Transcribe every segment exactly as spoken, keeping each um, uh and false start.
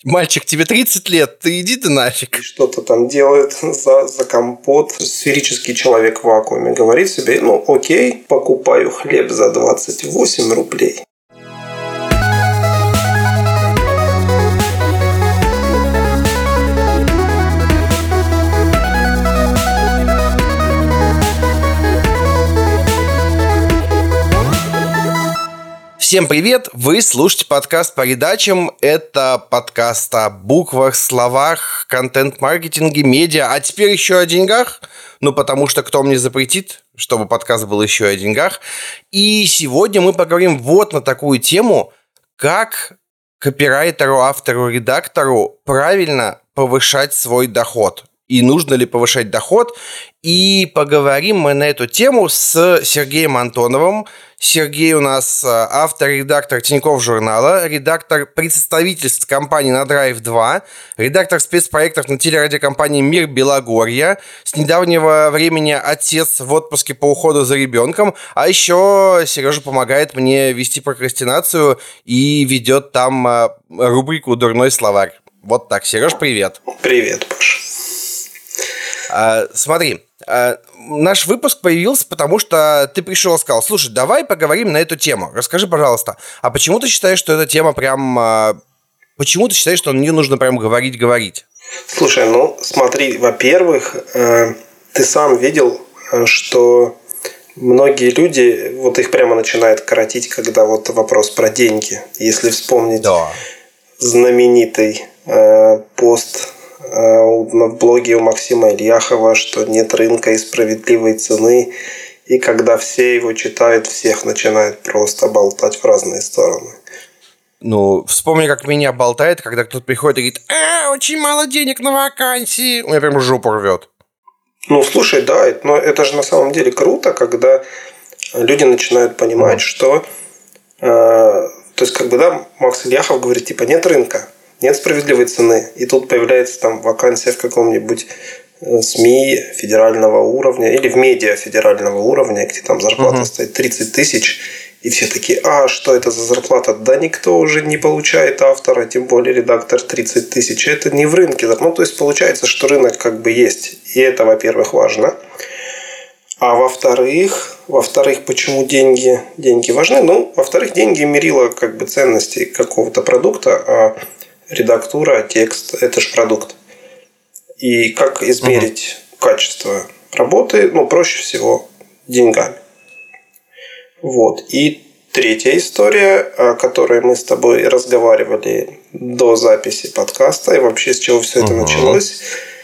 Мальчик, тебе тридцать лет, ты иди ты нафиг. Что-то там делает за, за компот. Сферический человек в вакууме говорит себе, ну окей, покупаю хлеб за двадцать восемь рублей. Всем привет! Вы слушаете подкаст по редачам. Это подкаст о буквах, словах, контент-маркетинге, медиа, а теперь еще о деньгах. Ну, потому что кто мне запретит, чтобы подкаст был еще о деньгах. И сегодня мы поговорим вот на такую тему, как копирайтеру, автору, редактору правильно повышать свой доход. И нужно ли повышать доход. И поговорим мы на эту тему с Сергеем Антоновым. Сергей у нас автор и редактор Тинькофф журнала, редактор представительств компании на Драйв два, редактор спецпроектов на телерадиокомпании «Мир Белогорья», с недавнего времени отец в отпуске по уходу за ребенком, а еще Сережа помогает мне вести прокрастинацию и ведет там рубрику «Дурной словарь». Вот так. Сереж, привет. Привет, Паша. А, смотри, а, наш выпуск появился, потому что ты пришел и сказал: слушай, давай поговорим на эту тему. Расскажи, пожалуйста, а почему ты считаешь, что эта тема прям... А, почему ты считаешь, что на нее нужно прям говорить-говорить? Слушай, ну смотри, во-первых, э, ты сам видел, что многие люди, вот их прямо начинает коротить, когда вот вопрос про деньги. Если вспомнить да. знаменитый э, пост в блоге у Максима Ильяхова, что нет рынка и справедливой цены, и когда все его читают, всех начинает просто болтать в разные стороны. Ну, вспомни, как меня болтает, когда кто-то приходит и говорит: а, очень мало денег на вакансии. У меня прям жопу рвет. Ну, слушай, да, но это же на самом деле круто, когда люди начинают понимать, mm. что э, то есть, как бы, да, Макс Ильяхов говорит, типа, нет рынка, нет справедливой цены. И тут появляется там вакансия в каком-нибудь СМИ федерального уровня или в медиа федерального уровня, где там зарплата uh-huh. стоит тридцать тысяч, и все такие: а что это за зарплата? Да никто уже не получает автора, тем более редактор, тридцать тысяч. Это не в рынке. Ну, то есть получается, что рынок как бы есть. И это, во-первых, важно. А во-вторых, во-вторых, почему деньги, деньги важны? Ну, во-вторых, деньги мерило как бы ценности какого-то продукта, а редактура, текст – это же продукт. И как измерить uh-huh. качество работы? Ну, проще всего деньгами. Вот. И третья история, о которой мы с тобой разговаривали до записи подкаста, и вообще с чего все uh-huh. это началось.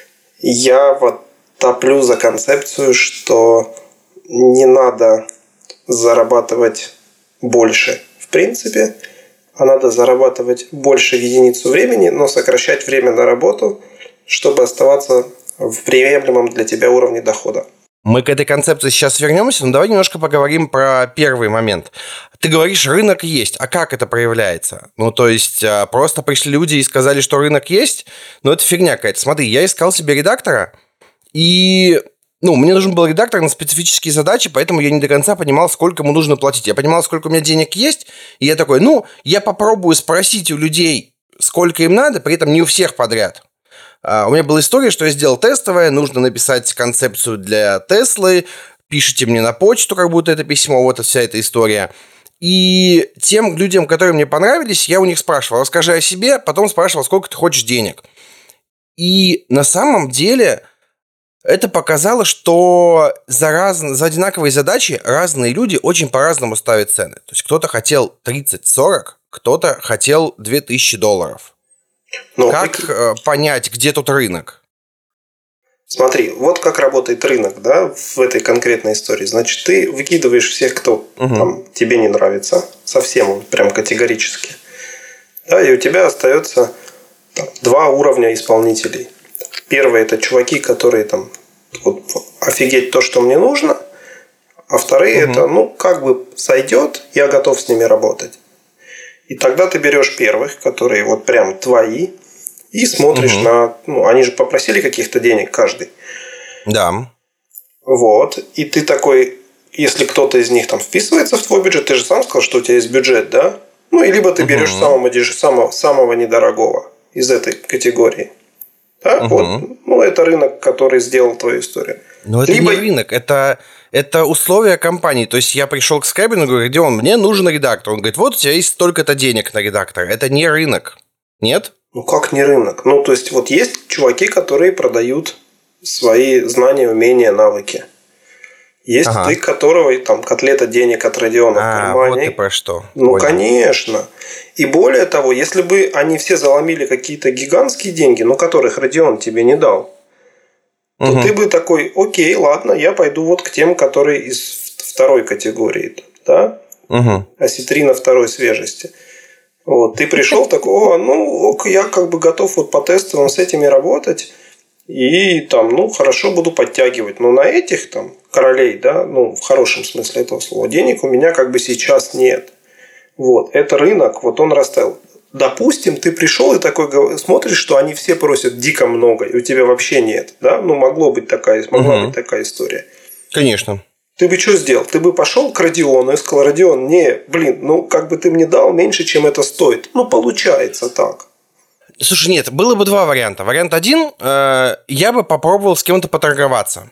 Я вот топлю за концепцию, что не надо зарабатывать больше в принципе, а надо зарабатывать больше в единицу времени, но сокращать время на работу, чтобы оставаться в приемлемом для тебя уровне дохода. Мы к этой концепции сейчас вернемся, но давай немножко поговорим про первый момент. Ты говоришь, рынок есть, а как это проявляется? Ну, то есть, просто пришли люди и сказали, что рынок есть, но это фигня какая-то. Смотри, я искал себе редактора, и... Ну, мне нужен был редактор на специфические задачи, поэтому я не до конца понимал, сколько ему нужно платить. Я понимал, сколько у меня денег есть, и я такой, ну, я попробую спросить у людей, сколько им надо, при этом не у всех подряд. А, у меня была история, что я сделал тестовое, нужно написать концепцию для Теслы, пишите мне на почту, как будто это письмо, вот вся эта история. И тем людям, которые мне понравились, я у них спрашивал: расскажи о себе, потом спрашивал, сколько ты хочешь денег. И на самом деле... это показало, что за, раз... за одинаковые задачи разные люди очень по-разному ставят цены. То есть кто-то хотел тридцать-сорок, кто-то хотел две тысячи долларов. Но как вы... понять, где тут рынок? Смотри, вот как работает рынок, да, в этой конкретной истории. Значит, ты выкидываешь всех, кто угу. там, тебе не нравится, совсем прям категорически. Да, и у тебя остается там, два уровня исполнителей. Первые – это чуваки, которые там вот, офигеть то, что мне нужно. А вторые угу. – это, ну, как бы сойдет, я готов с ними работать. И тогда ты берешь первых, которые вот прям твои, и смотришь угу. на... Ну, они же попросили каких-то денег каждый. Да. Вот. И ты такой, если кто-то из них там вписывается в твой бюджет, ты же сам сказал, что у тебя есть бюджет, да? Ну, и либо ты берешь угу. самого, самого, самого недорогого. из этой категории. Да? Угу. Вот, ну, это рынок, который сделал твою историю. Но это Либо... не рынок, это, это условия компании. То есть я пришел к Scribing и говорю: где он? Мне нужен редактор. Он говорит: вот у тебя есть столько-то денег на редактора. Это не рынок. Нет? Ну, как не рынок? Ну, то есть, вот есть чуваки, которые продают свои знания, умения, навыки. Есть ага. ты, которого там котлета денег от Родиона а, в кармане. Вот ты про что. Ну, понял. Конечно. И более того, если бы они все заломили какие-то гигантские деньги, ну, которых Родион тебе не дал, то угу. ты бы такой: окей, ладно, я пойду вот к тем, которые из второй категории. Да? Угу. Осетрина второй свежести. Вот, ты пришел такой: о, ну, ок, я как бы готов вот по тестовым с этими работать. И там, ну, хорошо, буду подтягивать. Но на этих там королей, да, ну, в хорошем смысле этого слова, денег у меня как бы сейчас нет. Вот, это рынок, вот он растаял. Допустим, ты пришел и такой смотришь, что они все просят дико много, и у тебя вообще нет, да? Ну, могло быть такая, могла угу. быть такая история. Конечно. Ты бы что сделал? Ты бы пошел к Родиону и сказал: Родион, не, блин, ну, как бы ты мне дал меньше, чем это стоит. Ну, получается так. Слушай, нет, было бы два варианта. Вариант один, э, я бы попробовал с кем-то поторговаться.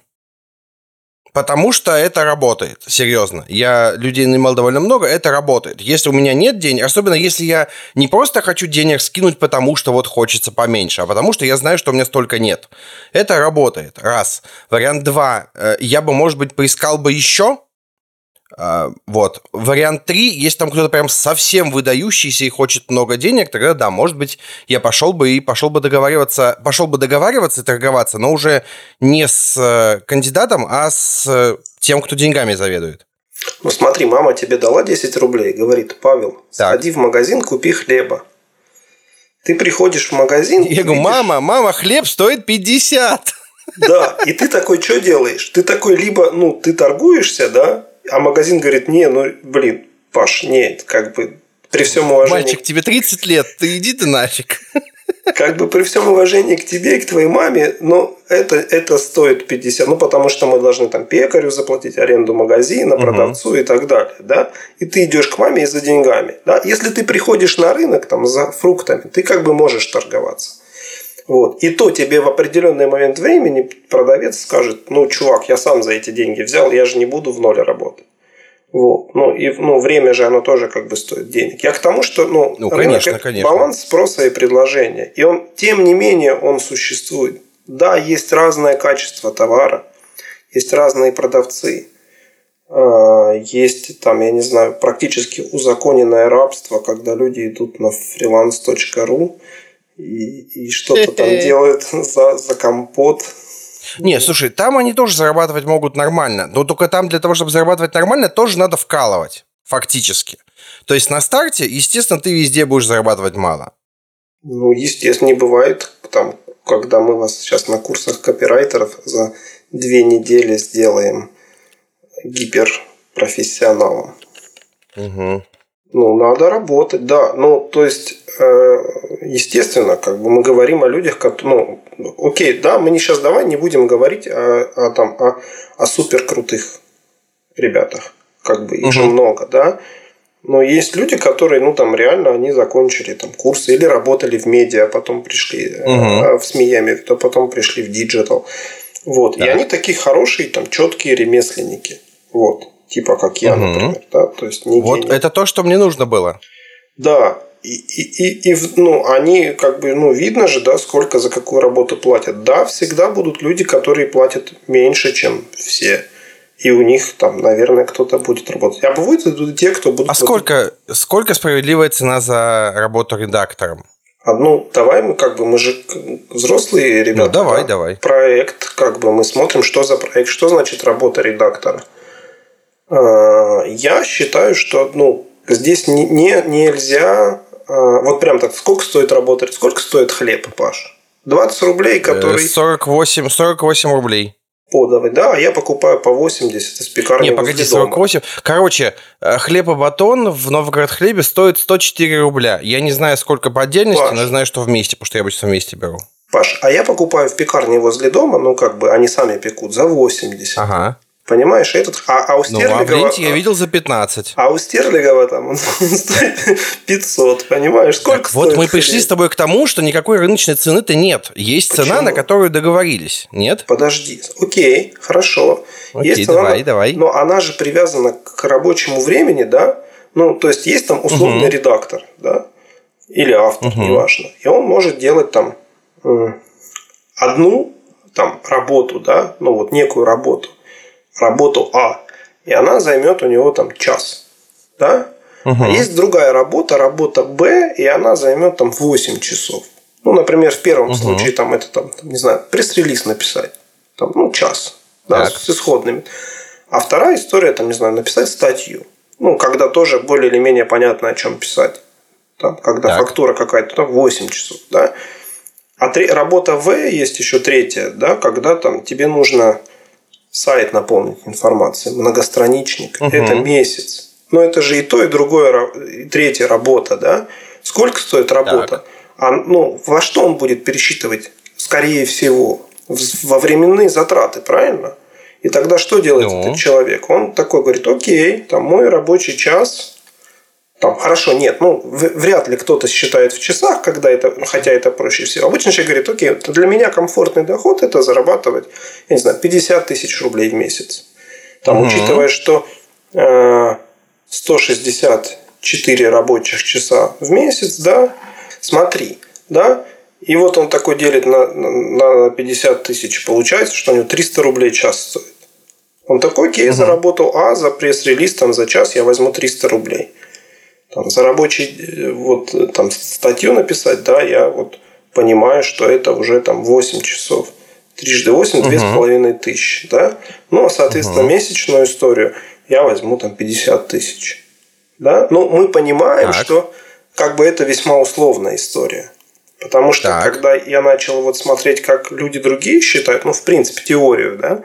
Потому что это работает, серьезно. Я людей нанимал довольно много, это работает. Если у меня нет денег, особенно если я не просто хочу денег скинуть, потому что вот хочется поменьше, а потому что я знаю, что у меня столько нет. Это работает, раз. Вариант два, э, я бы, может быть, поискал бы еще. Uh, вот. Вариант три, если там кто-то прям совсем выдающийся и хочет много денег, тогда да, может быть, я пошел бы и пошел бы договариваться, пошел бы договариваться и торговаться, но уже не с uh, кандидатом, а с uh, тем, кто деньгами заведует. Ну смотри, мама тебе дала десять рублей, говорит: Павел, так. сходи в магазин, купи хлеба. Ты приходишь в магазин... Я говорю: видишь... мама, мама, хлеб стоит пятьдесят. Да, и ты такой, что делаешь? Ты такой, либо, ну, ты торгуешься, да, а магазин говорит: не, ну, блин, Паш, нет, как бы при всем уважении... Мальчик, тебе тридцать лет, ты иди ты нафиг. Как бы при всем уважении к тебе и к твоей маме, но это, это стоит пятьдесят, ну, потому что мы должны там пекарю заплатить, аренду магазина, продавцу угу. и так далее, да, и ты идешь к маме за деньгами, да, если ты приходишь на рынок там за фруктами, ты как бы можешь торговаться. Вот. И то тебе в определенный момент времени продавец скажет: ну, чувак, я сам за эти деньги взял, я же не буду в ноль работать. Вот. Ну, и ну, время же оно тоже как бы стоит денег. Я к тому, что ну, ну, конечно, рынок – конечно. баланс спроса и предложения. И он, тем не менее, он существует. Да, есть разное качество товара, есть разные продавцы. Есть там, я не знаю, практически узаконенное рабство, когда люди идут на фриланс точка ру И, и что-то там делают за, за компот. Не, слушай, там они тоже зарабатывать могут нормально. Но только там для того, чтобы зарабатывать нормально, тоже надо вкалывать. Фактически. То есть на старте, естественно, ты везде будешь зарабатывать мало. Ну, естественно, не бывает. Там, когда мы вас сейчас на курсах копирайтеров за две недели сделаем гиперпрофессионалом. Угу. Ну, надо работать, да. Ну, то есть, естественно, как бы мы говорим о людях, которые, ну, окей, да, мы не сейчас давай не будем говорить о, о, там, о, о супер крутых ребятах. Как бы их угу. же много, да. Но есть люди, которые, ну, там, реально, они закончили там курсы или работали в медиа, потом пришли угу. в СМИ, я имею в виду, потом пришли в диджитал. Вот. Да. И они такие хорошие, там, четкие ремесленники. Вот. Типа как я, угу. например. Да? То есть не вот гений. Это то, что мне нужно было. Да. И, и, и, и ну, они как бы, ну, видно же, да, сколько за какую работу платят. Да, всегда будут люди, которые платят меньше, чем все. И у них там, наверное, кто-то будет работать. А бывают и те, кто будут... А сколько, сколько справедливая цена за работу редактором? А, ну, давай мы как бы, мы же взрослые ребята. Ну, давай, да? давай. Проект, как бы мы смотрим, что за проект, что значит работа редактора. Я считаю, что, ну, здесь не, не, нельзя... Вот прям так, сколько стоит работать, сколько стоит хлеб, Паш? двадцать рублей, который... сорок восемь, сорок восемь рублей. Подавай, да, а я покупаю по восемьдесят из пекарни. Не, погоди, сорок восемь. Короче, хлебобатон в Новгород-хлебе стоит сто четыре рубля. Я не знаю, сколько по отдельности, Паш, но знаю, что вместе, потому что я обычно вместе беру. Паш, а я покупаю в пекарне возле дома, ну, как бы, они сами пекут, за восемьдесят. Ага. Понимаешь, этот, а, а у Стерлигова... Ну, а в ленте я видел за пятнадцать. А у Стерлигова там он стоит пятьсот, понимаешь? Сколько так стоит вот мы хлеб? пришли с тобой к тому, что никакой рыночной цены-то нет. Есть Почему? цена, на которую договорились, нет? Подожди, окей, хорошо. Окей, есть давай, цена, давай. Но она же привязана к рабочему времени, да? Ну, то есть, есть там условный угу. редактор, да? Или автор, угу. неважно. И он может делать там одну там, работу, да? Ну, вот некую работу. Работу А. И она займет у него там час. Да? Угу. А есть другая работа, работа Б, и она займет там восемь часов. Ну, например, в первом угу. случае там это там, не знаю, пресс-релиз написать. Там, ну, час. Да, с исходными. А вторая история, там, не знаю, написать статью. Ну, когда тоже более или менее понятно, о чем писать. Там, когда так. фактура какая-то, там восемь часов. Да? А три, работа В есть еще третья, да, когда там тебе нужно сайт наполнить информацией, многостраничник. Угу. Это месяц. Но это же и то, и другое, и третья работа, да? Сколько стоит работа? А, ну, во что он будет пересчитывать? Скорее всего, во временные затраты, правильно? И тогда что делает ну. этот человек? Он такой говорит, окей, там мой рабочий час... Там, хорошо, нет, ну, вряд ли кто-то считает в часах, когда это, хотя это проще всего. Обычно человек говорит, окей, для меня комфортный доход – это зарабатывать, я не знаю, пятьдесят тысяч рублей в месяц. Там, угу. учитывая, что э, сто шестьдесят четыре рабочих часа в месяц, да, смотри, да, и вот он такой делит на, на пятьдесят тысяч, получается, что у него триста рублей в час стоит. Он такой, окей, угу. заработал А, за пресс-релиз, там, за час я возьму триста рублей. Там, за рабочий вот, там, статью написать, да, я вот понимаю, что это уже там восемь часов. Трижды восемь – две с половиной тысячи. Да? Ну, а, соответственно, uh-huh. месячную историю я возьму там пятьдесят тысяч. Да? Ну, мы понимаем, так. что как бы это весьма условная история. Потому что, так. когда я начал вот смотреть, как люди другие считают, ну, в принципе, теорию, да,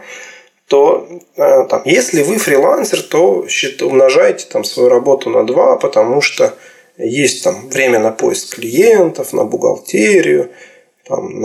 то там, если вы фрилансер, то умножайте там, свою работу на два, потому что есть там время на поиск клиентов, на бухгалтерию, там,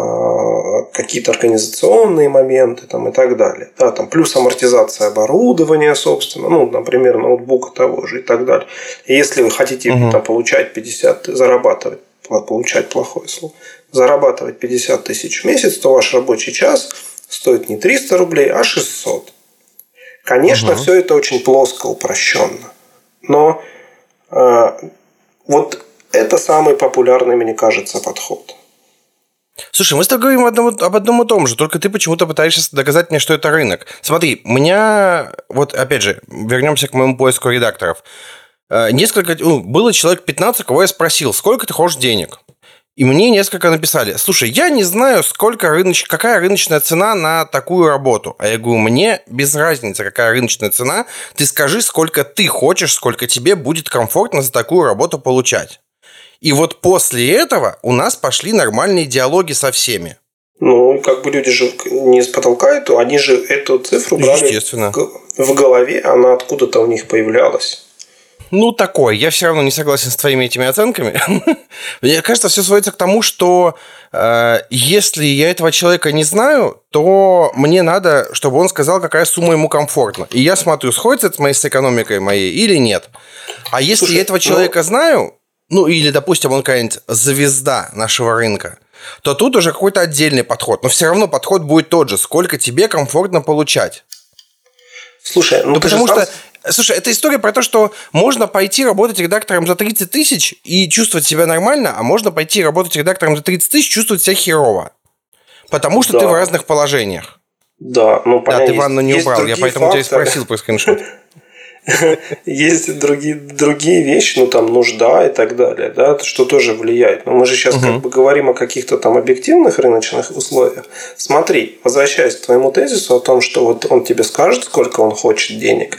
на какие-то организационные моменты там, и так далее. Да, там, плюс амортизация оборудования, собственно, ну, например, ноутбука того же и так далее. И если вы хотите угу. там, получать пятьдесят, зарабатывать, получать плохое слово, зарабатывать пятьдесят тысяч в месяц, то ваш рабочий час стоит не триста рублей, а шестьсот. Конечно, угу. все это очень плоско упрощенно. Но э, вот это самый популярный, мне кажется, подход. Слушай, мы с тобой говорим об одном, об одном и том же, только ты почему-то пытаешься доказать мне, что это рынок. Смотри, у меня, вот опять же, вернемся к моему поиску редакторов. Несколько, ну, было человек пятнадцать, кого я спросил, сколько ты хочешь денег? И мне несколько написали, слушай, я не знаю, сколько рыноч... какая рыночная цена на такую работу. А я говорю, мне без разницы, какая рыночная цена, ты скажи, сколько ты хочешь, сколько тебе будет комфортно за такую работу получать. И вот после этого у нас пошли нормальные диалоги со всеми. Ну, как бы люди же не с потолка эту, они же эту цифру брали в голове, она откуда-то у них появлялась. Ну, такой. Я все равно не согласен с твоими этими оценками. Мне кажется, все сводится к тому, что э, если я этого человека не знаю, то мне надо, чтобы он сказал, какая сумма ему комфортна. И я смотрю, сходится это с экономикой моей или нет. А если Слушай, я этого человека ну... знаю, ну, или, допустим, он какая-нибудь звезда нашего рынка, то тут уже какой-то отдельный подход. Но все равно подход будет тот же. Сколько тебе комфортно получать? Слушай, ну, ну потому сам... что... Слушай, это история про то, что можно пойти работать редактором за тридцать тысяч и чувствовать себя нормально, а можно пойти работать редактором за тридцать тысяч и чувствовать себя херово. Потому что да. ты в разных положениях. Да, ну понятно. Да, ты ванну не убрал, я поэтому тебя и спросил про скриншот. Есть другие, другие вещи, ну там нужда и так далее, да, что тоже влияет. Но мы же сейчас как бы говорим о каких-то там объективных рыночных условиях. Смотри, возвращаясь к твоему тезису о том, что вот он тебе скажет, сколько он хочет денег.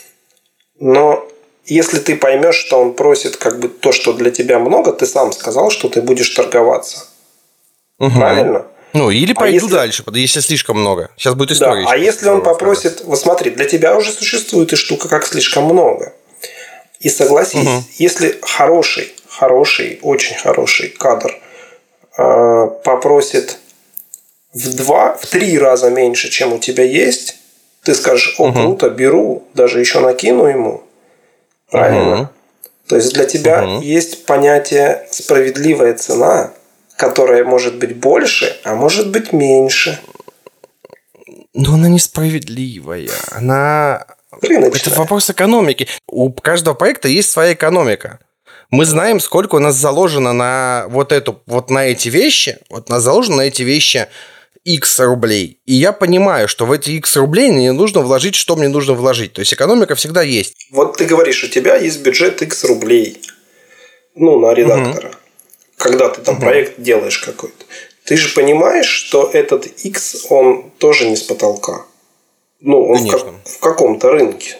Но если ты поймешь, что он просит как бы то, что для тебя много, ты сам сказал, что ты будешь торговаться. Угу. Правильно? Ну, или пойду а если... дальше, если слишком много. Сейчас будет история. Да, а если он попросит... Вот смотри, для тебя уже существует и штука, как слишком много. И согласись, угу. если хороший, хороший, очень хороший кадр э, попросит в два, в три раза меньше, чем у тебя есть, Ты скажешь, о, круто, беру, даже еще накину ему. Правильно? Угу. То есть для тебя угу. есть понятие справедливая цена, которая может быть больше, а может быть меньше. Но она несправедливая. Она... Рыночная. Это вопрос экономики. У каждого проекта есть своя экономика. Мы знаем, сколько у нас заложено на вот эту, вот на эти вещи. Вот у нас заложено на эти вещи X рублей. И я понимаю, что в эти X рублей мне нужно вложить, что мне нужно вложить. То есть экономика всегда есть. Вот ты говоришь, у тебя есть бюджет X рублей. Ну, на редактора. Угу. Когда ты там угу. проект делаешь какой-то. Ты же понимаешь, что этот X, он тоже не с потолка. Ну, он в, как, в каком-то рынке.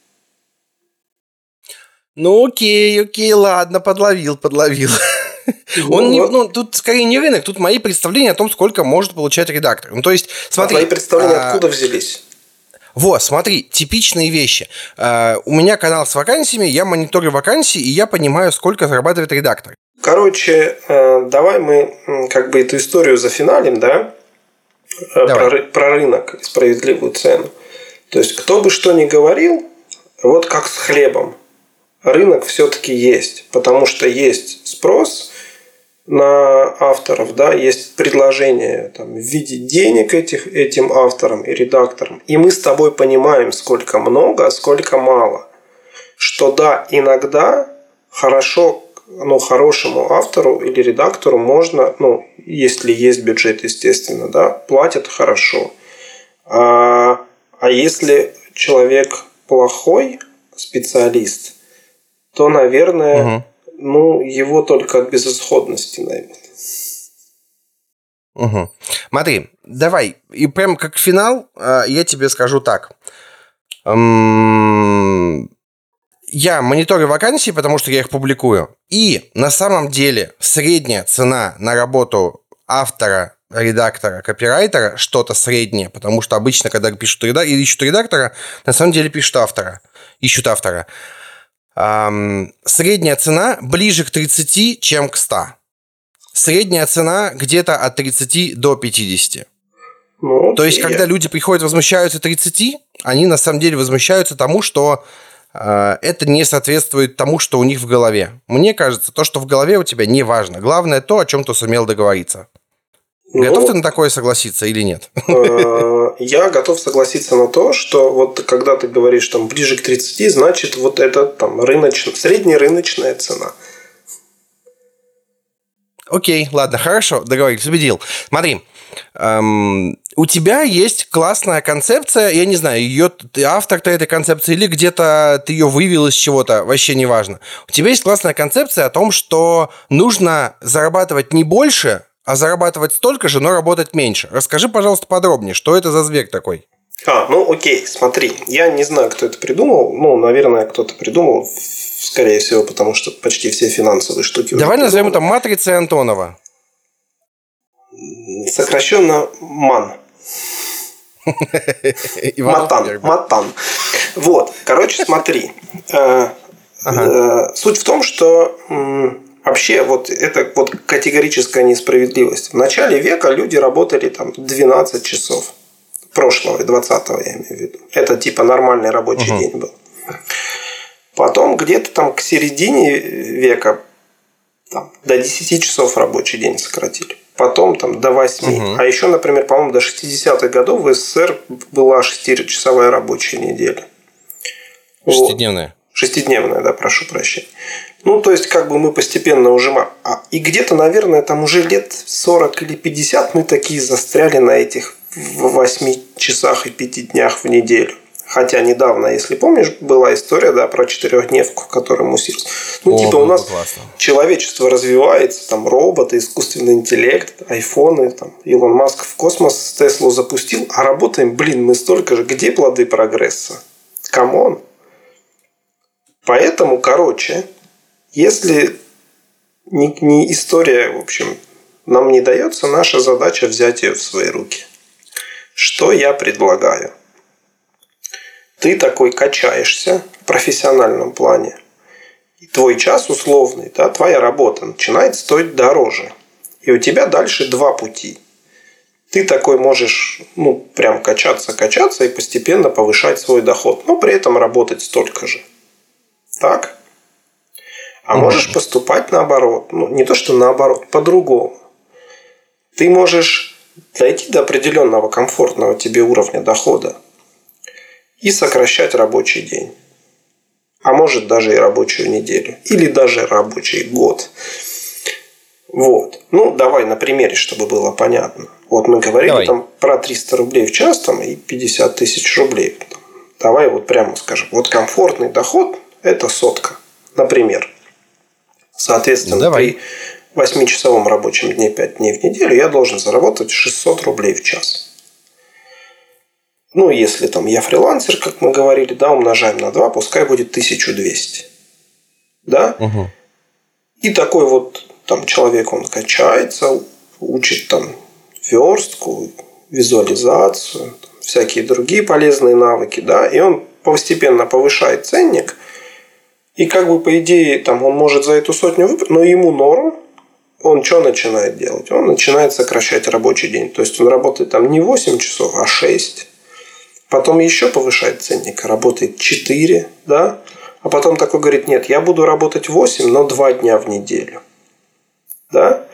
Ну, окей, окей, ладно, подловил, подловил. Ну, Он не, ну, тут скорее не рынок, тут мои представления о том, сколько может получать редактор. Ну, то есть, смотри. А твои представления а... откуда взялись? Вот, смотри, типичные вещи. Uh, у меня канал с вакансиями, я мониторю вакансии, и я понимаю, сколько зарабатывает редактор. Короче, давай мы как бы эту историю зафиналим, да? Про, про рынок и справедливую цену. То есть, кто бы что ни говорил, вот как с хлебом. Рынок все-таки есть, потому что есть спрос на авторов, да, есть предложение там, в виде денег этих, этим авторам и редакторам. И мы с тобой понимаем, сколько много, а сколько мало. Что да, иногда хорошо, ну, хорошему автору или редактору можно, ну, если есть бюджет, естественно, да, платят хорошо. А, а если человек плохой специалист, то, наверное, угу. ну, его только от безысходности наймут. Угу. Смотри, давай, и прям как финал я тебе скажу так. Я мониторю вакансии, потому что я их публикую. И на самом деле средняя цена на работу автора, редактора, копирайтера что-то среднее, потому что обычно, когда пишут редактора, или ищут редактора, на самом деле пишут автора, ищут автора. Um, средняя цена ближе к тридцати, чем к ста. Средняя цена где-то от тридцати до пятидесяти. Ну, То есть, когда люди приходят, возмущаются тридцати, они на самом деле возмущаются тому, что э, это не соответствует тому, что у них в голове. Мне кажется, то, что в голове у тебя, не важно. Главное то, о чем ты сумел договориться. Ну, готов ты на такое согласиться или нет? Я готов согласиться на то, что вот когда ты говоришь там ближе к тридцати, значит вот это там рыночная, среднерыночная цена. Окей, ладно, хорошо, договорились, убедил. Смотри, эм, у тебя есть классная концепция, я не знаю, ее, ты автор-то этой концепции или где-то ты ее вывел из чего-то, вообще не важно. У тебя есть классная концепция о том, что нужно зарабатывать не больше, а зарабатывать столько же, но работать меньше. Расскажи, пожалуйста, подробнее, что это за зверь такой? А, ну окей, смотри, я не знаю, кто это придумал. Ну, наверное, кто-то придумал, скорее всего, потому что почти все финансовые штуки. Давай назовем это матрицей Антонова. Сокращенно МАН. Матан. Матан. Вот, короче, смотри. Суть в том, что вообще вот это вот категорическая несправедливость. В начале века люди работали там двенадцать часов. Прошлого, двадцатого я имею в виду. Это типа нормальный рабочий uh-huh. день был. Потом где-то там к середине века там, до десяти часов рабочий день сократили. Потом там до восьми. Uh-huh. А еще, например, по-моему, до шестидесятых годов в СССР была шестичасовая рабочая неделя. Шестидневная. Вот. Шестидневная, да, прошу прощения. Ну, то есть, как бы мы постепенно ужимаем. И где-то, наверное, там уже лет сорок или пятьдесят мы такие застряли на этих в восьми часах и пяти днях в неделю. Хотя недавно, если помнишь, была история, да, про четырехдневку, которая муссировалась. Ну, О, типа у нас классно. Человечество развивается, там роботы, искусственный интеллект, айфоны, там Илон Маск в космос Теслу запустил, а работаем, блин, мы столько же. Где плоды прогресса? Камон. Поэтому, короче, если не, не история, в общем, нам не дается, наша задача взять ее в свои руки. Что я предлагаю? Ты такой качаешься в профессиональном плане. И твой час условный, да, твоя работа начинает стоить дороже. И у тебя дальше два пути. ты такой можешь, ну, прям качаться, качаться и постепенно повышать свой доход, но при этом работать столько же. Так? А можешь поступать наоборот. Ну, не то, что наоборот, по-другому. Ты можешь дойти до определенного комфортного тебе уровня дохода и сокращать рабочий день. А может даже и рабочую неделю. Или даже рабочий год. Вот. Ну, давай на примере, чтобы было понятно. Вот мы говорили там про триста рублей в час там, и пятьдесят тысяч рублей. Давай вот прямо скажем. Вот комфортный доход – это сотка. Например. Соответственно, давай. При восьмичасовом рабочем дне пять дней в неделю я должен заработать шестьсот рублей в час. Ну, если там я фрилансер, как мы говорили, да, умножаем на два, пускай будет тысяча двести. Да? Угу. И такой вот там человек, он качается, учит там верстку, визуализацию, всякие другие полезные навыки, да, и он постепенно повышает ценник, и как бы по идее там он может за эту сотню выплатить, но ему норм, он что начинает делать? Он начинает сокращать рабочий день. То есть он работает там не восемь часов, а шесть. Потом еще повышает ценник, работает четыре, да? А потом такой говорит, нет, я буду работать восемь, но два дня в неделю. Да?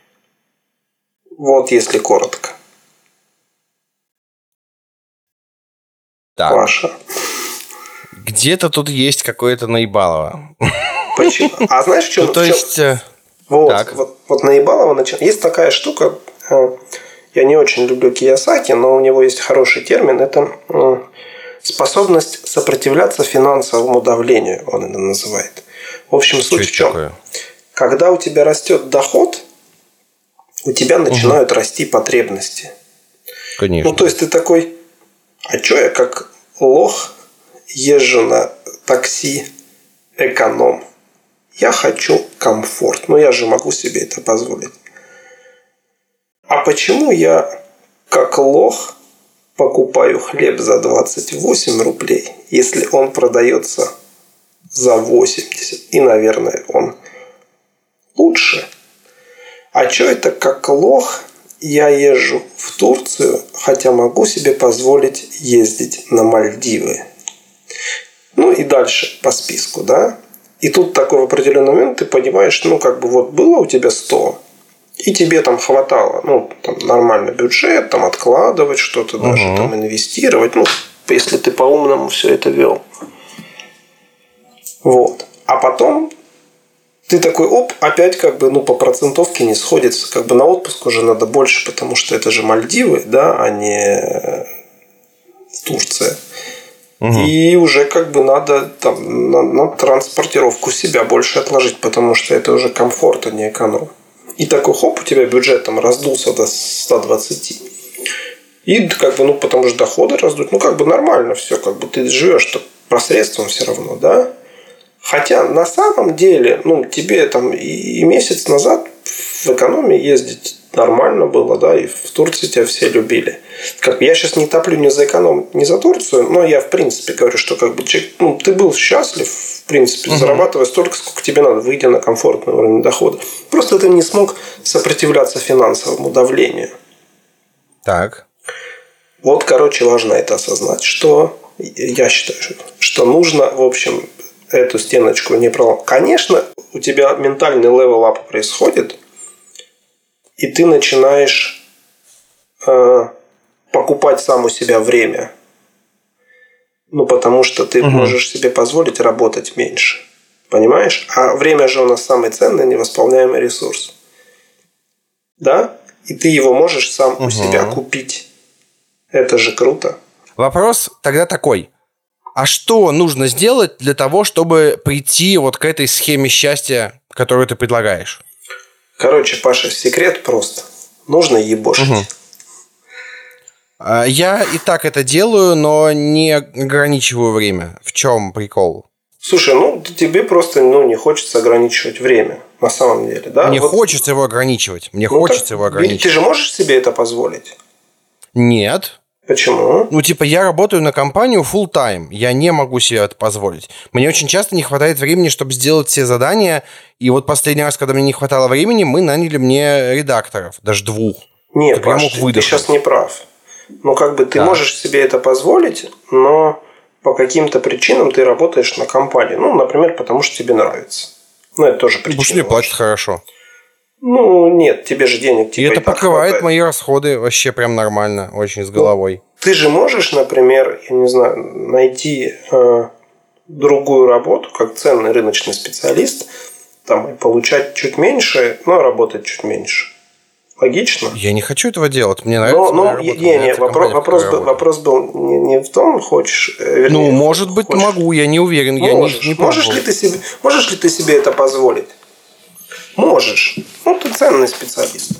Вот если коротко. Так. Паша. Где-то тут есть какое-то наебалово. Почему? А знаешь, в чем? Ну, то есть... Вот, так. вот, вот наебалово начинает. Есть такая штука, я не очень люблю Кийосаки, но у него есть хороший термин, это способность сопротивляться финансовому давлению, он это называет. В общем, суть в чем? Такое? Когда у тебя растет доход, у тебя начинают угу. расти потребности. Конечно. Ну, то есть ты такой, а что я как лох езжу на такси эконом? Я хочу комфорт, но я же могу себе это позволить. А почему я, как лох, покупаю хлеб за двадцать восемь рублей, если он продается за восемьдесят? И, наверное, он лучше. А что это, как лох, я езжу в Турцию, хотя могу себе позволить ездить на Мальдивы? Ну и дальше по списку, да? И тут такой в определенный момент ты понимаешь, ну, как бы вот было у тебя сто, и тебе там хватало, ну, там нормальный бюджет, там откладывать что-то, угу. даже там инвестировать, ну, если ты по-умному все это вел. Вот. А потом ты такой, оп, опять как бы, ну, по процентовке не сходится. Как бы на отпуск уже надо больше, потому что это же Мальдивы, да, а не Турция. Угу. И уже как бы надо там, на, на транспортировку себя больше отложить, потому что это уже комфорт, а не эконом. И такой хоп, у тебя бюджет там раздулся до ста двадцати. И как бы, ну, потому что доходы раздуть, ну, как бы нормально все, как бы ты живешь-то посредством все равно, да? Хотя на самом деле, ну, тебе там и месяц назад в экономии ездить нормально было, да, и в Турции тебя все любили. Как я сейчас не топлю ни за эконом, ни за Турцию, но я в принципе говорю, что как бы ну, ты был счастлив, в принципе, угу. зарабатывая столько, сколько тебе надо, выйдя на комфортный уровень дохода. Просто ты не смог сопротивляться финансовому давлению. Так. Вот, короче, важно это осознать, что я считаю, что нужно, в общем, эту стеночку не проломать. Конечно, у тебя ментальный левел-ап происходит, и ты начинаешь э, покупать сам у себя время. Ну, потому что ты угу. можешь себе позволить работать меньше. Понимаешь? А время же у нас самый ценный, невосполняемый ресурс. Да? И ты его можешь сам угу. у себя купить. Это же круто. Вопрос тогда такой. А что нужно сделать для того, чтобы прийти вот к этой схеме счастья, которую ты предлагаешь? Короче, Паша, секрет просто. Нужно ебошить. Угу. Я и так это делаю, но не ограничиваю время. В чем прикол? Слушай, ну тебе просто ну, не хочется ограничивать время. На самом деле, да? Мне вот... хочется его ограничивать. Мне ну, хочется его ограничивать. Ты же можешь себе это позволить? Нет. Почему? Ну, типа, я работаю на компанию full-time. Я не могу себе это позволить. Мне очень часто не хватает времени, чтобы сделать все задания. И вот последний раз, когда мне не хватало времени, мы наняли мне редакторов. Даже двух. Не, Паш, ты, ты сейчас не прав. Ну, как бы ты да. можешь себе это позволить, но по каким-то причинам ты работаешь на компании. Ну, например, потому что тебе нравится. Ну, это тоже причина. Потому что мне платят хорошо. Ну, нет, тебе же денег типа и это покрывает хватает. Мои расходы вообще прям нормально, очень с головой. Ну, ты же можешь, например, я не знаю, найти э, другую работу, как ценный рыночный специалист, там, и получать чуть меньше, но работать чуть меньше. Логично? Я не хочу этого делать, мне нравится но, моя но, работа. Не, не, вопрос, вопрос, был, вопрос был не, не в том, хочешь... Вернее, ну, может быть, хочешь, могу, я не уверен, можешь, я не, не можешь ли ты себе, можешь ли ты себе это позволить? Можешь. Ну, ты ценный специалист.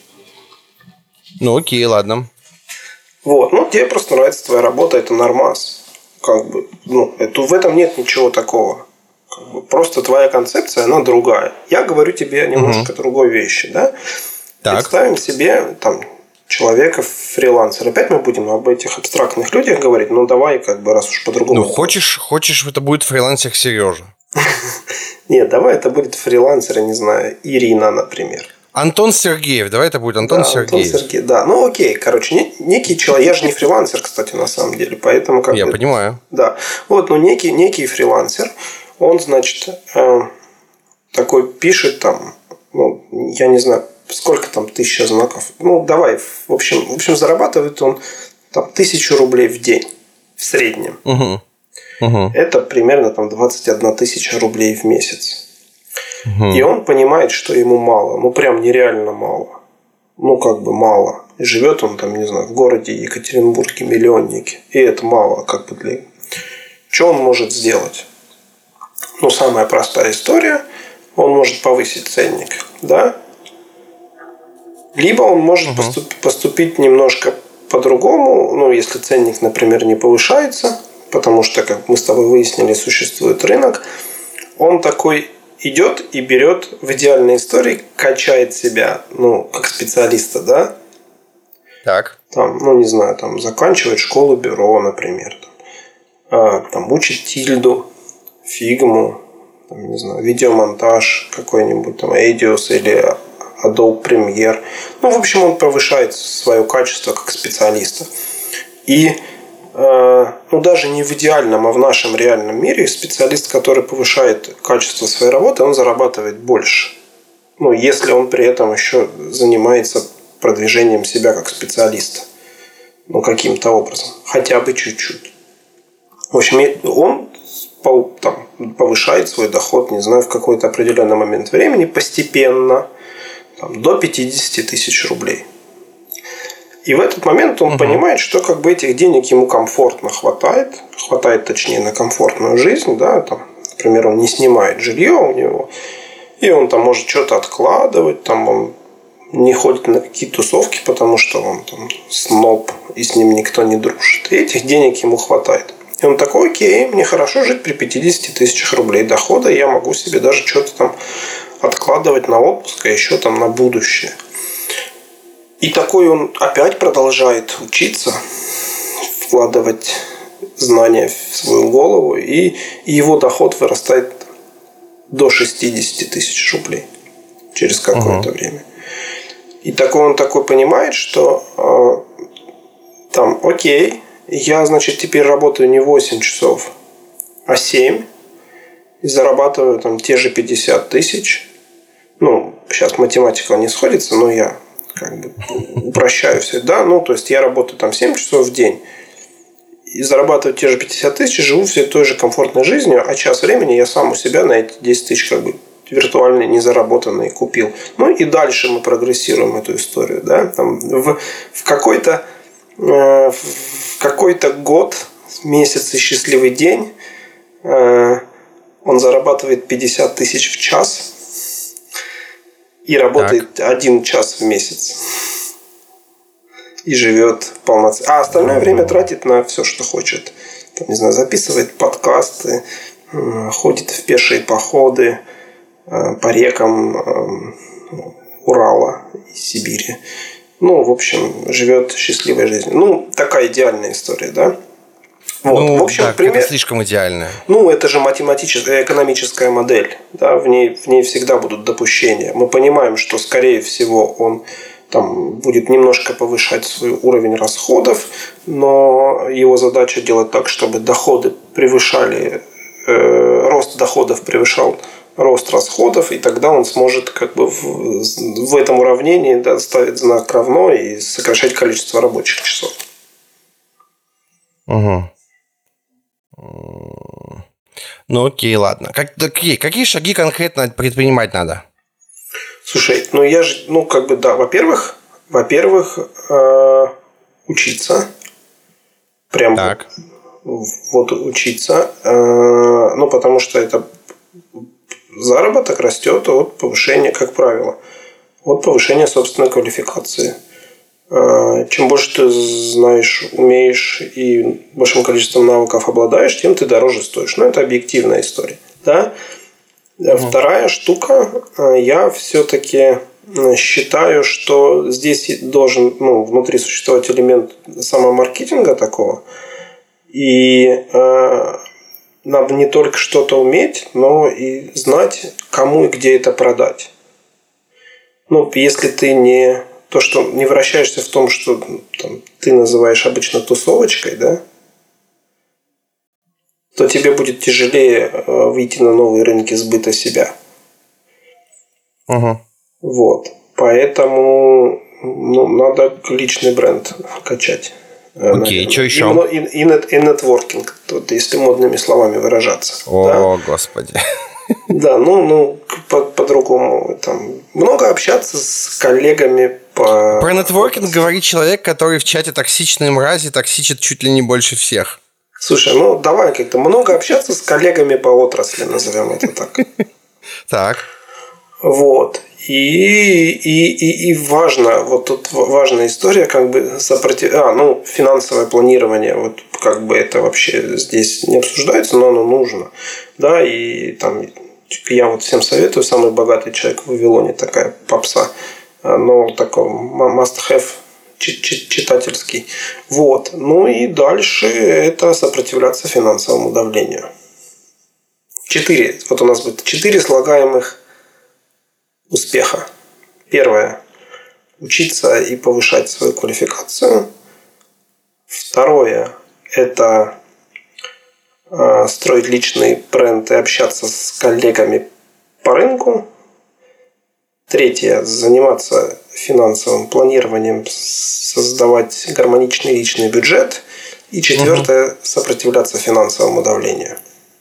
Ну, окей, ладно. Вот, ну, тебе просто нравится твоя работа, это нормас. Как бы, ну, это, в этом нет ничего такого. Как бы, просто твоя концепция, она другая. Я говорю тебе немножко угу. другой вещи, да? Так. Представим себе там человека, фрилансера. Опять мы будем об этих абстрактных людях говорить, ну давай как бы раз уж по-другому. Ну хочешь, хочешь, это будет фрилансер Сережа. Нет, давай это будет фрилансер, я не знаю, Ирина, например. Антон Сергеев, давай это будет Антон да, Сергеев. Антон Сергеев. Да, ну окей, короче, некий человек, я же не фрилансер, кстати, на самом деле, поэтому как Я бы... понимаю. Да, вот, ну некий, некий фрилансер, он, значит, э, такой пишет там, ну, я не знаю, сколько там тысяча знаков. Ну, давай, в общем, в общем, зарабатывает он там тысячу рублей в день в среднем. Угу. Угу. Это примерно там двадцать одна тысяча рублей в месяц. Угу. И он понимает, что ему мало. Ну, прям нереально мало. Ну, как бы мало. И живет он там, не знаю, в городе Екатеринбурге, миллионнике. И это мало, как бы для... Что он может сделать? Ну, самая простая история. Он может повысить ценник, да? Либо он может угу. поступить, поступить немножко по-другому, ну, если ценник, например, не повышается, потому что, как мы с тобой выяснили, существует рынок, он такой идет и берет в идеальной истории, качает себя, ну, как специалиста, да? Так. Там, ну, не знаю, там, заканчивает школу бюро, например, там, а, там учит тильду, фигму, там, не знаю, видеомонтаж какой-нибудь, там, Edios или Adobe Premiere. Ну, в общем, он повышает свое качество как специалиста. И э, ну, даже не в идеальном, а в нашем реальном мире специалист, который повышает качество своей работы, он зарабатывает больше. Ну, если он при этом еще занимается продвижением себя как специалиста. Ну, каким-то образом. Хотя бы чуть-чуть. В общем, он там, повышает свой доход, не знаю, в какой-то определенный момент времени постепенно. Там, до пятьдесят тысяч рублей. И в этот момент он угу. понимает, что как бы этих денег ему комфортно хватает. Хватает, точнее, на комфортную жизнь. Да? Там, например, он не снимает жилье у него. И он там может что-то откладывать. Там, он не ходит на какие-то тусовки, потому что он там сноб, и с ним никто не дружит. И этих денег ему хватает. И он такой, окей, мне хорошо жить при пятидесяти тысячах рублей дохода. Я могу себе даже что-то там откладывать на отпуск, а еще там на будущее. И такой он опять продолжает учиться, вкладывать знания в свою голову, и его доход вырастает до шестидесяти тысяч рублей через какое-то угу. время. И такой он такой понимает, что э, там, окей, я, значит, теперь работаю не восемь часов, а семь, и зарабатываю там те же пятьдесят тысяч. Ну, сейчас математика не сходится, но я как бы упрощаю все. Да, ну, то есть я работаю там семь часов в день и зарабатываю те же пятьдесят тысяч, и живу все той же комфортной жизнью, а час времени я сам у себя на эти десять тысяч как бы виртуальные, незаработанные купил. Ну и дальше мы прогрессируем эту историю. Да? Там в, в какой-то э, в какой-то год, месяц и счастливый день э, он зарабатывает пятьдесят тысяч в час и работает так. один час в месяц. И живет полноценно. А остальное время тратит на все, что хочет. Там, не знаю, записывает подкасты, ходит в пешие походы по рекам Урала и Сибири. Ну, в общем, живет счастливой жизнью. Ну, такая идеальная история, да? Вот. Ну, в общем, да, пример... это слишком идеально. Ну, это же математическая, экономическая модель. Да? В ней, в ней всегда будут допущения. Мы понимаем, что, скорее всего, он там будет немножко повышать свой уровень расходов, но его задача делать так, чтобы доходы превышали, э, рост доходов превышал рост расходов, и тогда он сможет как бы в, в этом уравнении, да, ставить знак равно и сокращать количество рабочих часов. Угу. Ну окей, ладно. Как, какие, какие шаги конкретно предпринимать надо? Слушай, ну я же, ну как бы да, во-первых, во-первых, э, учиться. Прям так. Вот учиться. Э, ну потому что это заработок растет от повышения, как правило, от повышения собственной квалификации. Э, чем больше ты знаешь, умеешь и большим количеством навыков обладаешь, тем ты дороже стоишь. Но это объективная история, да. Вторая штука, я все-таки считаю, что здесь должен, ну, внутри существовать элемент самомаркетинга такого. И э, надо не только что-то уметь, но и знать, кому и где это продать. Ну, если ты не то, что не вращаешься в том, что там, ты называешь обычно тусовочкой, да, то тебе будет тяжелее выйти на новые рынки сбыта себя. Угу. Вот. Поэтому ну, надо личный бренд качать. Окей, что еще? И, и, и нетворкинг, если модными словами выражаться. О, да? Господи. Да, ну, ну по- по-другому. Там, много общаться с коллегами по... Про нетворкинг говорит человек, который в чате токсичной мрази токсичит чуть ли не больше всех. Слушай, ну давай как-то много общаться с коллегами по отрасли, назовем это так. Так. Вот. И, и, и, и важно, вот тут важная история, как бы сопротив... А, ну, финансовое планирование, вот как бы это вообще здесь не обсуждается, но оно нужно. Да, и там я вот всем советую, самый богатый человек в Вавилоне, такая попса, но такой must-have читательский. Вот. Ну и дальше это сопротивляться финансовому давлению. Четыре. Вот у нас будет четыре слагаемых успеха. Первое. Учиться и повышать свою квалификацию. Второе. Это э, строить личный бренд и общаться с коллегами по рынку. Третье. Заниматься финансовым планированием, создавать гармоничный личный бюджет. И четвертое. Угу. Сопротивляться финансовому давлению.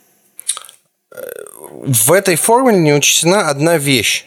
В этой формуле не учтена одна вещь.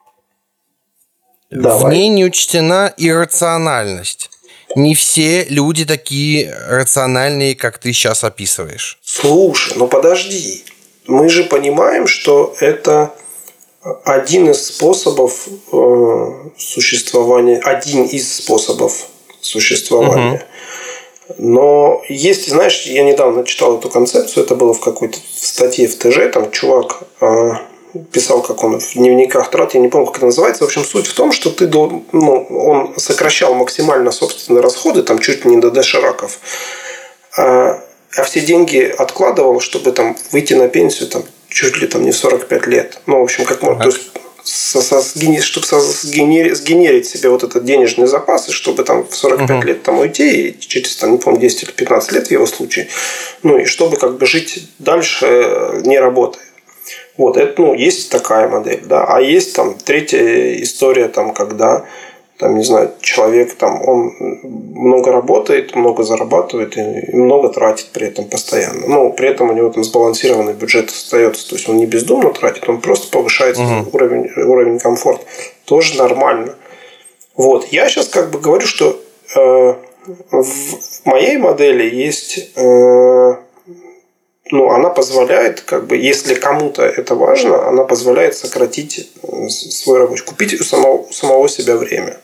Давай. В ней не учтена иррациональность. Не все люди такие рациональные, как ты сейчас описываешь. Слушай, ну подожди. Мы же понимаем, что это один из способов э, существования, один из способов существования. Угу. Но есть, знаешь, я недавно читал эту концепцию, это было в какой-то статье в ТЖ, там чувак э, писал, как он в дневниках трат, я не помню, как это называется. В общем, суть в том, что ты, ну, он сокращал максимально собственные расходы, там чуть не до дошираков, а, а все деньги откладывал, чтобы там выйти на пенсию там чуть ли там не в сорок пять лет. Ну, в общем, как можно, то есть со, со, чтобы со, сгенерить, сгенерить себе вот этот денежный запас, и чтобы там в сорок пять uh-huh. лет там уйти, и через, там, не помню, десять или пятнадцать лет в его случае, ну, и чтобы как бы жить дальше, не работая. Вот, это, ну, есть такая модель, да, а есть там третья история, там, когда, там, не знаю, человек, там, он много работает, много зарабатывает и много тратит при этом постоянно, но при этом у него там сбалансированный бюджет остается, то есть он не бездумно тратит, он просто повышает uh-huh. уровень, уровень комфорта, тоже нормально. Вот, я сейчас как бы говорю, что э, в моей модели есть... Э, Ну, она позволяет, как бы, если кому-то это важно, она позволяет сократить свой рабочий, купить у самого, у самого себя время.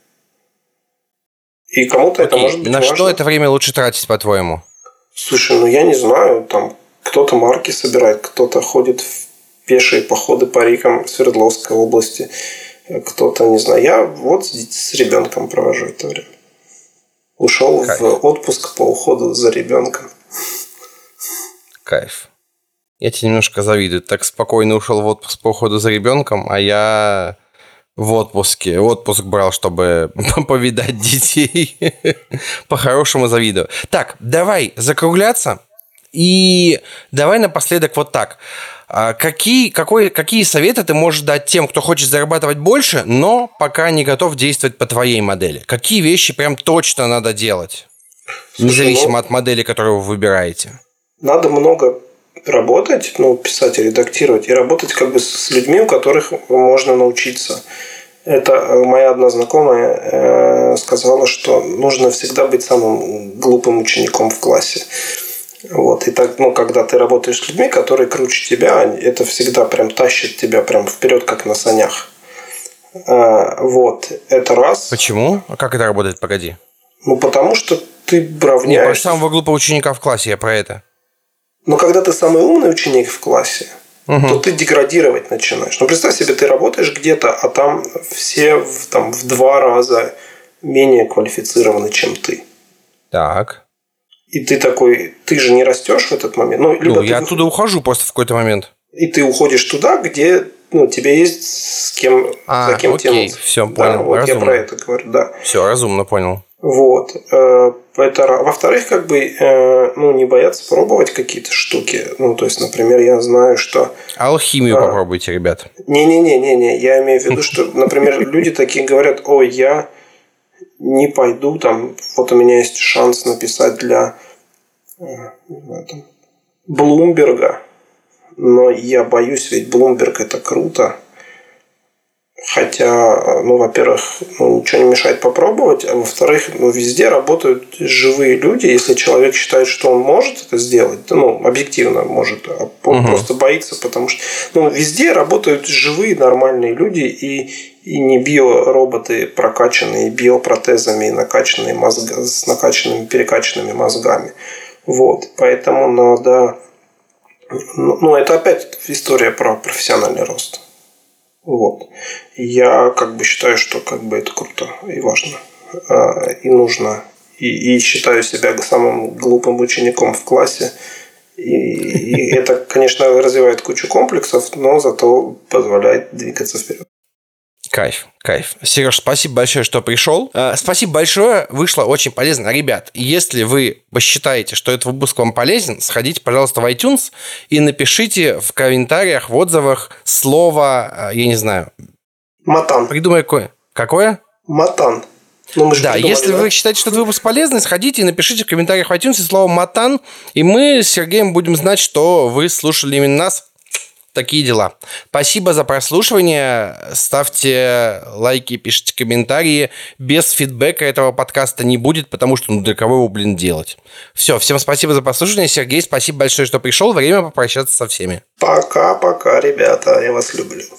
И кому-то Окей. это может быть На важно. что это время лучше тратить, по-твоему? Слушай, ну я не знаю, там кто-то марки собирает, кто-то ходит в пешие походы по рекам Свердловской области, кто-то, не знаю. Я вот с ребенком провожу это время. Ушел Кайф. в отпуск по уходу за ребенком. Кайф. Я тебе немножко завидую. Так спокойно ушел в отпуск по уходу за ребенком, а я В отпуске. Отпуск брал, чтобы повидать детей. По-хорошему завидую. Так, давай закругляться. И давай напоследок вот так. Какие, какой, какие советы ты можешь дать тем, кто хочет зарабатывать больше, но пока не готов действовать по твоей модели? Какие вещи прям точно надо делать? Слушай, независимо ну, от модели, которую вы выбираете. Надо много работать, ну, писать и редактировать, и работать как бы с людьми, у которых можно научиться. Это моя одна знакомая э, сказала, что нужно всегда быть самым глупым учеником в классе. Вот. И так, ну, когда ты работаешь с людьми, которые круче тебя, это всегда прям тащит тебя прям вперед, как на санях. А, вот. Это раз. Почему? А как это работает? Погоди. Ну, потому что ты равняешься. Не про самого глупого ученика в классе, я про это. Но когда ты самый умный ученик в классе, угу. то ты деградировать начинаешь. Ну, представь себе, ты работаешь где-то, а там все в, там, в два раза менее квалифицированы, чем ты. Так. И ты такой, ты же не растешь в этот момент. Ну, либо ну я оттуда ухожу просто в какой-то момент. И ты уходишь туда, где ну, тебе есть с кем, а, за кем окей, тянуться. Все, да, понял. Вот разумно. Я про это говорю, да. Все, разумно понял. Вот. Это, во-вторых, как бы, ну, не бояться пробовать какие-то штуки. Ну, то есть, например, я знаю, что... Алхимию а, попробуйте, ребят. Не-не-не-не-не. Я имею в виду, что, например, люди такие говорят, ой, я не пойду, там, вот у меня есть шанс написать для Блумберга, но я боюсь, ведь Блумберг это круто. Хотя, ну, во-первых, ну, ничего не мешает попробовать, а во-вторых, ну, везде работают живые люди. Если человек считает, что он может это сделать, ну, объективно может, а он угу. просто боится, потому что ну, везде работают живые нормальные люди и, и не биороботы, прокачанные биопротезами и накачанные мозг... с накачанными, перекачанными мозгами. Вот. Поэтому надо... Ну, это опять история про профессиональный рост. Вот. Я как бы считаю, что как бы это круто и важно. И нужно. И, и считаю себя самым глупым учеником в классе. И, и это, конечно, развивает кучу комплексов, но зато позволяет двигаться вперед. Кайф, кайф. Сереж, спасибо большое, что пришел. Спасибо большое, вышло очень полезно. Ребят, если вы посчитаете, что этот выпуск вам полезен, сходите, пожалуйста, в iTunes и напишите в комментариях, в отзывах слово, я не знаю... Матан. Придумай какое. Какое? Матан. Ну, мы да, если да? вы считаете, что этот выпуск полезный, сходите и напишите в комментариях в iTunes слово «матан», и мы с Сергеем будем знать, что вы слушали именно нас. Такие дела. Спасибо за прослушивание. Ставьте лайки, пишите комментарии. Без фидбэка этого подкаста не будет, потому что ну для кого его, блин, делать. Все, всем спасибо за прослушивание. Сергей, спасибо большое, что пришел. Время попрощаться со всеми. Пока-пока, ребята. Я вас люблю.